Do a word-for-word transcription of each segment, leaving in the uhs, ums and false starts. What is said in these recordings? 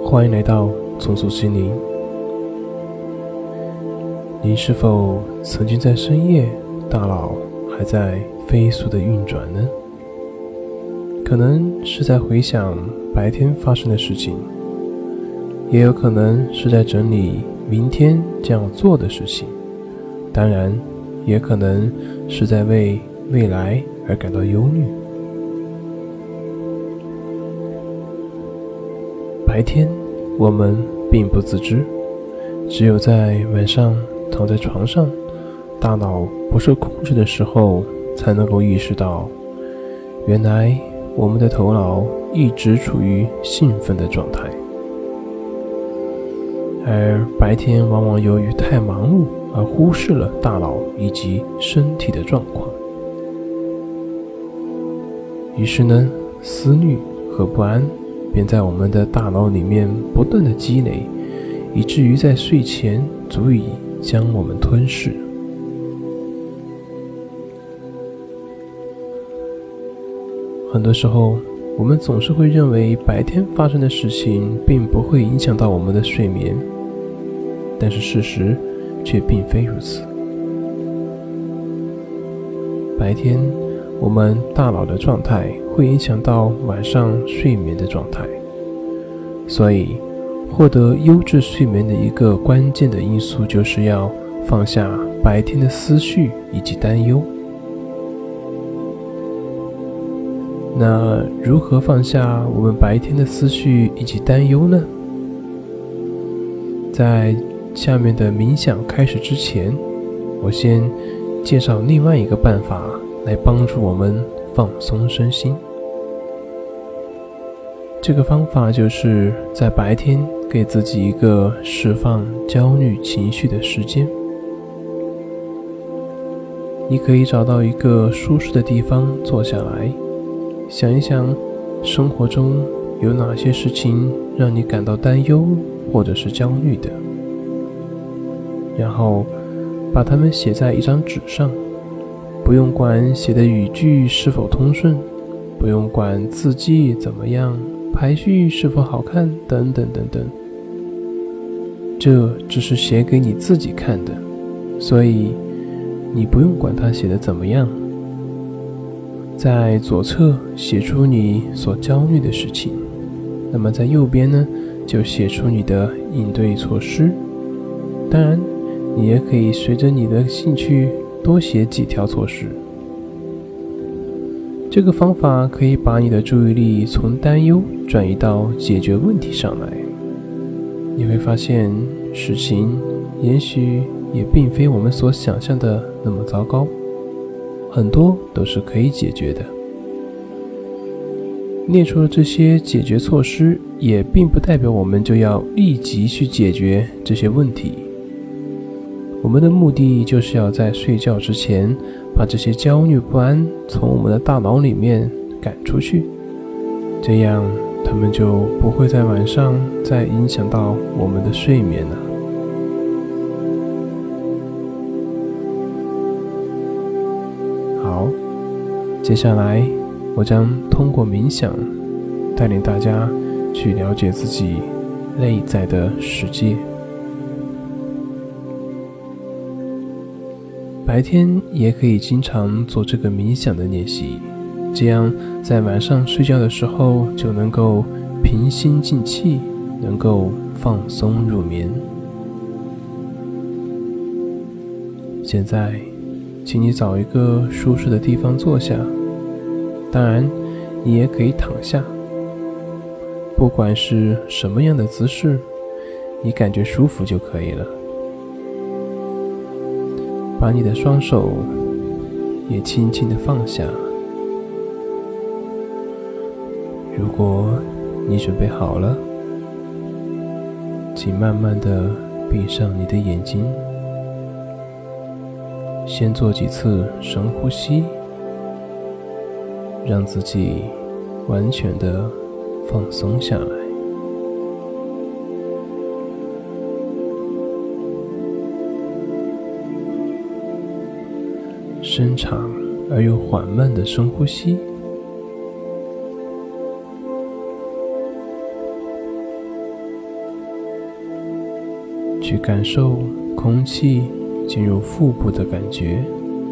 欢迎来到重塑心灵。您是否曾经在深夜，大脑还在飞速的运转呢？可能是在回想白天发生的事情，也有可能是在整理明天将要做的事情，当然也可能是在为未来而感到忧虑。白天我们并不自知，只有在晚上躺在床上，大脑不受控制的时候，才能够意识到，原来我们的头脑一直处于兴奋的状态。而白天往往由于太忙碌而忽视了大脑以及身体的状况，于是呢，思虑和不安便在我们的大脑里面不断的积累，以至于在睡前足以将我们吞噬。很多时候，我们总是会认为白天发生的事情并不会影响到我们的睡眠，但是事实却并非如此。白天我们大脑的状态会影响到晚上睡眠的状态，所以获得优质睡眠的一个关键的因素，就是要放下白天的思绪以及担忧。那如何放下我们白天的思绪以及担忧呢？在下面的冥想开始之前，我先介绍另外一个办法来帮助我们放松身心。这个方法就是在白天给自己一个释放焦虑情绪的时间。你可以找到一个舒适的地方坐下来，想一想生活中有哪些事情让你感到担忧或者是焦虑的，然后把它们写在一张纸上，不用管写的语句是否通顺，不用管字迹怎么样，排序是否好看，等等等等。这只是写给你自己看的，所以你不用管它写的怎么样。在左侧写出你所焦虑的事情，那么在右边呢，就写出你的应对措施。当然，你也可以随着你的兴趣多写几条措施。这个方法可以把你的注意力从担忧转移到解决问题上来。你会发现，事情也许也并非我们所想象的那么糟糕，很多都是可以解决的。列出了这些解决措施，也并不代表我们就要立即去解决这些问题。我们的目的就是要在睡觉之前，把这些焦虑不安从我们的大脑里面赶出去，这样它们就不会在晚上再影响到我们的睡眠了。好，接下来我将通过冥想带领大家去了解自己内在的世界。白天也可以经常做这个冥想的练习，这样在晚上睡觉的时候就能够平心静气，能够放松入眠。现在请你找一个舒适的地方坐下，当然你也可以躺下，不管是什么样的姿势，你感觉舒服就可以了。把你的双手也轻轻地放下。如果你准备好了，请慢慢地闭上你的眼睛，先做几次深呼吸，让自己完全地放松下来。深长而又缓慢的深呼吸， 去感受空气进入腹部的感觉。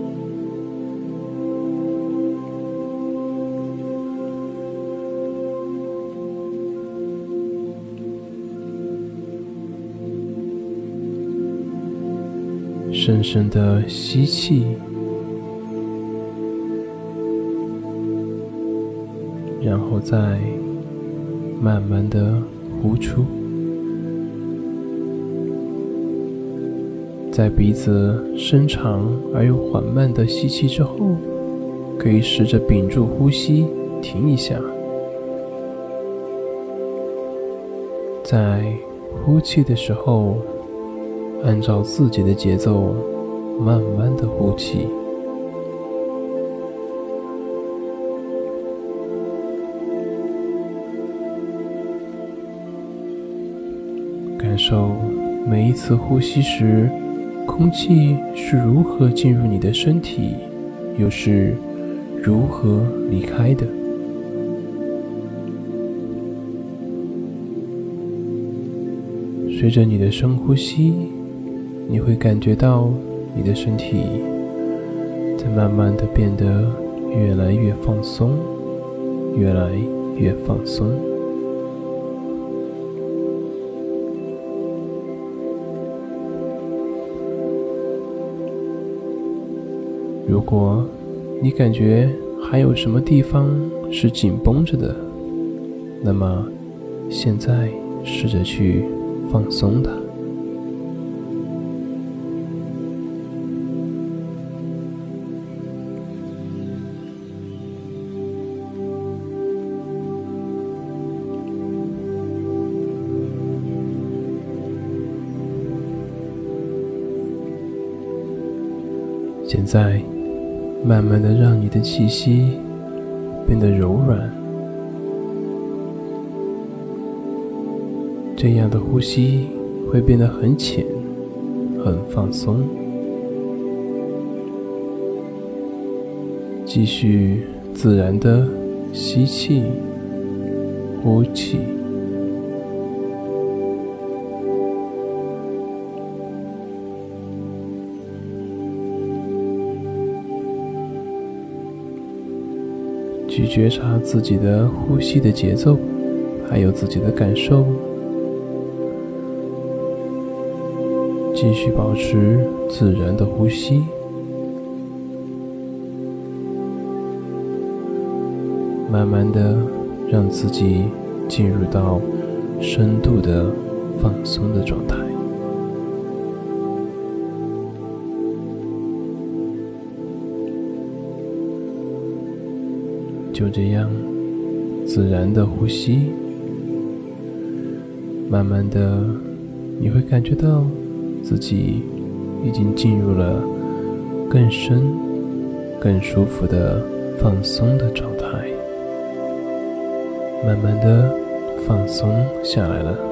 深深的吸气，然后再慢慢的呼出。在鼻子深长而又缓慢的吸气之后，可以试着屏住呼吸，停一下。在呼气的时候，按照自己的节奏，慢慢的呼气。感受每一次呼吸时，空气是如何进入你的身体，又是如何离开的。随着你的深呼吸，你会感觉到你的身体在慢慢的变得越来越放松，越来越放松。如果你感觉还有什么地方是紧绷着的，那么现在试着去放松它。现在慢慢的让你的气息变得柔软，这样的呼吸会变得很浅，很放松。继续自然的吸气，呼气。去觉察自己的呼吸的节奏，还有自己的感受。继续保持自然的呼吸，慢慢的让自己进入到深度的放松的状态。就这样自然的呼吸，慢慢的你会感觉到自己已经进入了更深更舒服的放松的状态，慢慢的放松下来了。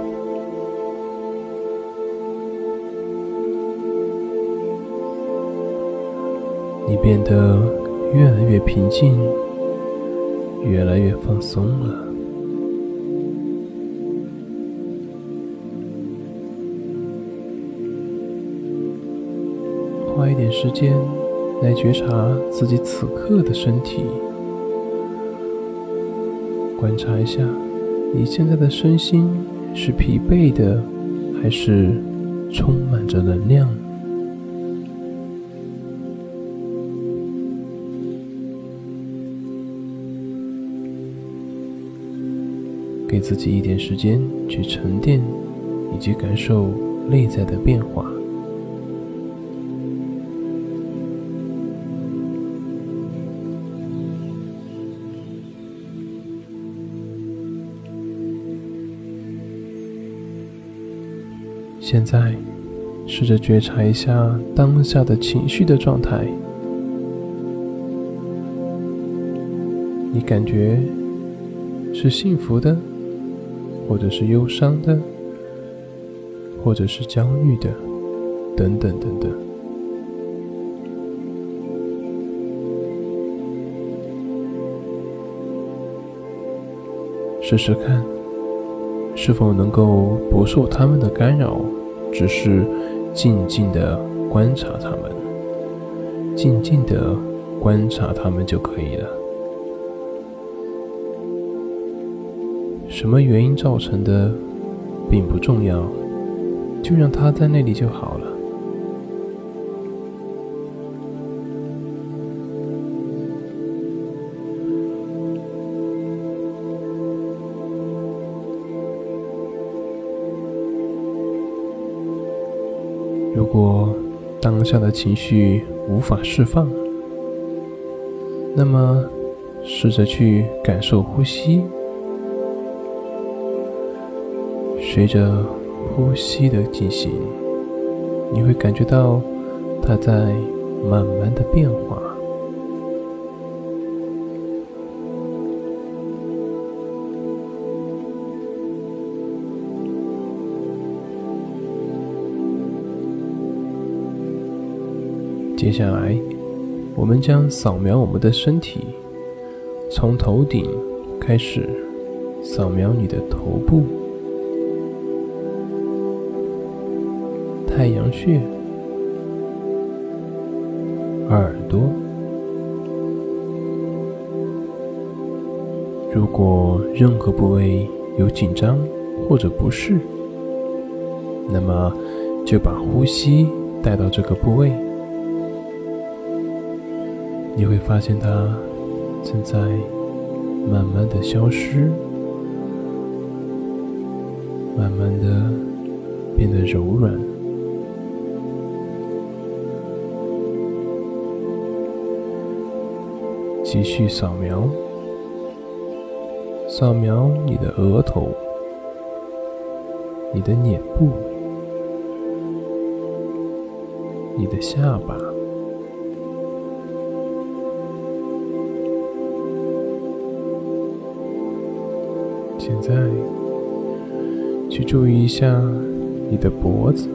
你变得越来越平静，越来越放松了。花一点时间来觉察自己此刻的身体，观察一下你现在的身心是疲惫的，还是充满着能量。给自己一点时间去沉淀以及感受内在的变化。现在试着觉察一下当下的情绪的状态，你感觉是幸福的，或者是忧伤的，或者是焦虑的，等等等等。试试看，是否能够不受他们的干扰， 只是静静地观察它们，静静地观察它们就可以了。什么原因造成的并不重要，就让它在那里就好了。如果当下的情绪无法释放，那么试着去感受呼吸，随着呼吸的进行，你会感觉到它在慢慢的变化。接下来，我们将扫描我们的身体，从头顶开始扫描你的头部、太阳穴、耳朵。如果任何部位有紧张或者不适，那么就把呼吸带到这个部位。你会发现它正在慢慢的消失，慢慢的变得柔软。继续扫描，扫描你的额头、你的脸部、你的下巴。现在去注意一下你的脖子，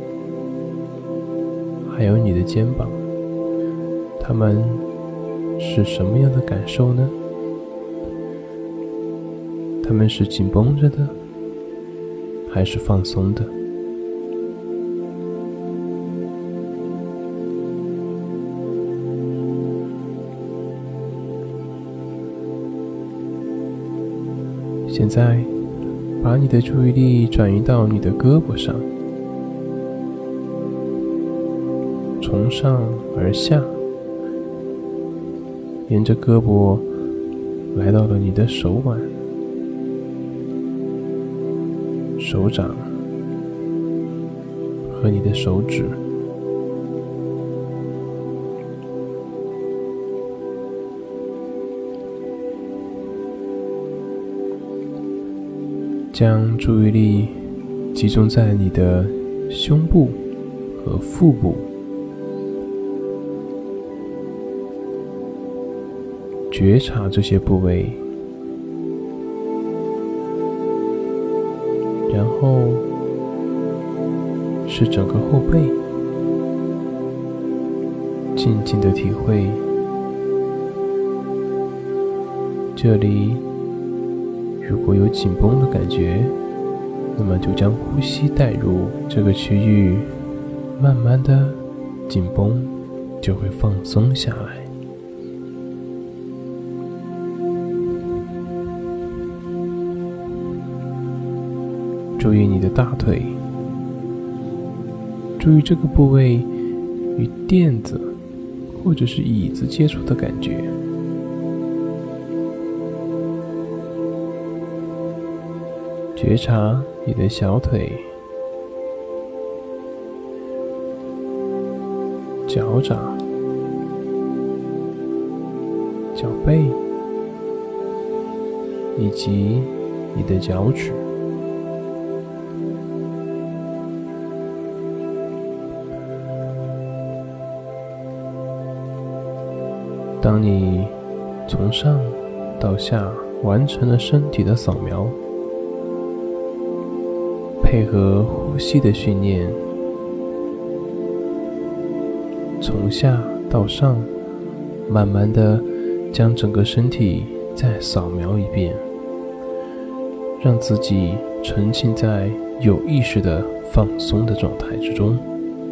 还有你的肩膀，它们是什么样的感受呢？它们是紧绷着的，还是放松的？现在，把你的注意力转移到你的胳膊上，从上而下，沿着胳膊来到了你的手腕、手掌和你的手指。将注意力集中在你的胸部和腹部，觉察这些部位，然后是整个后背，静静地体会这里。如果有紧绷的感觉，那么就将呼吸带入这个区域，慢慢的紧绷就会放松下来。注意你的大腿，注意这个部位与垫子或者是椅子接触的感觉。觉察你的小腿、脚掌、脚背以及你的脚趾。当你从上到下完成了身体的扫描，配合呼吸的训练，从下到上，慢慢的将整个身体再扫描一遍，让自己沉浸在有意识的放松的状态之中。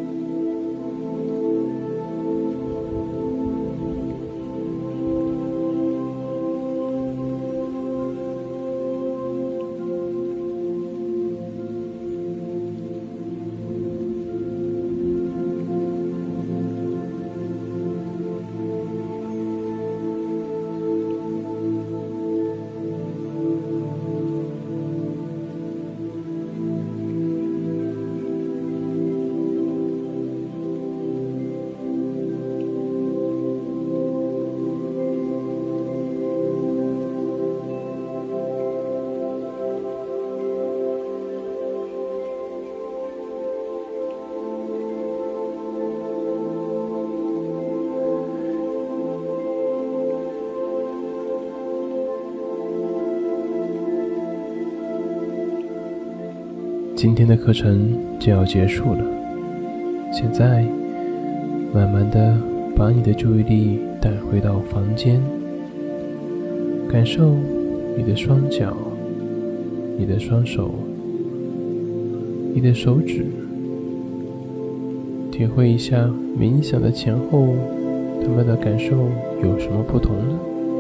今天的课程就要结束了，现在慢慢的把你的注意力带回到房间，感受你的双脚、你的双手、你的手指，体会一下冥想的前后，他们的感受有什么不同呢？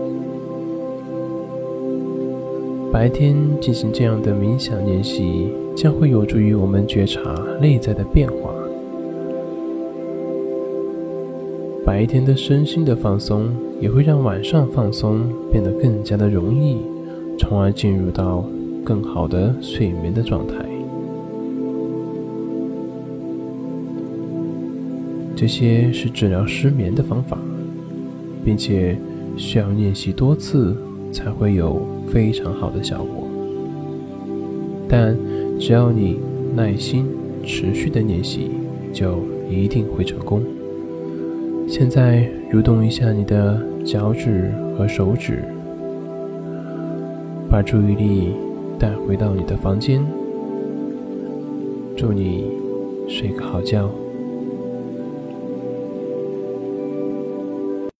白天进行这样的冥想练习，将会有助于我们觉察内在的变化。白天的身心的放松，也会让晚上放松变得更加的容易，从而进入到更好的睡眠的状态。这些是治疗失眠的方法，并且需要练习多次才会有非常好的效果。但只要你耐心持续的练习，就一定会成功。现在蠕动一下你的脚趾和手指，把注意力带回到你的房间。祝你睡个好觉。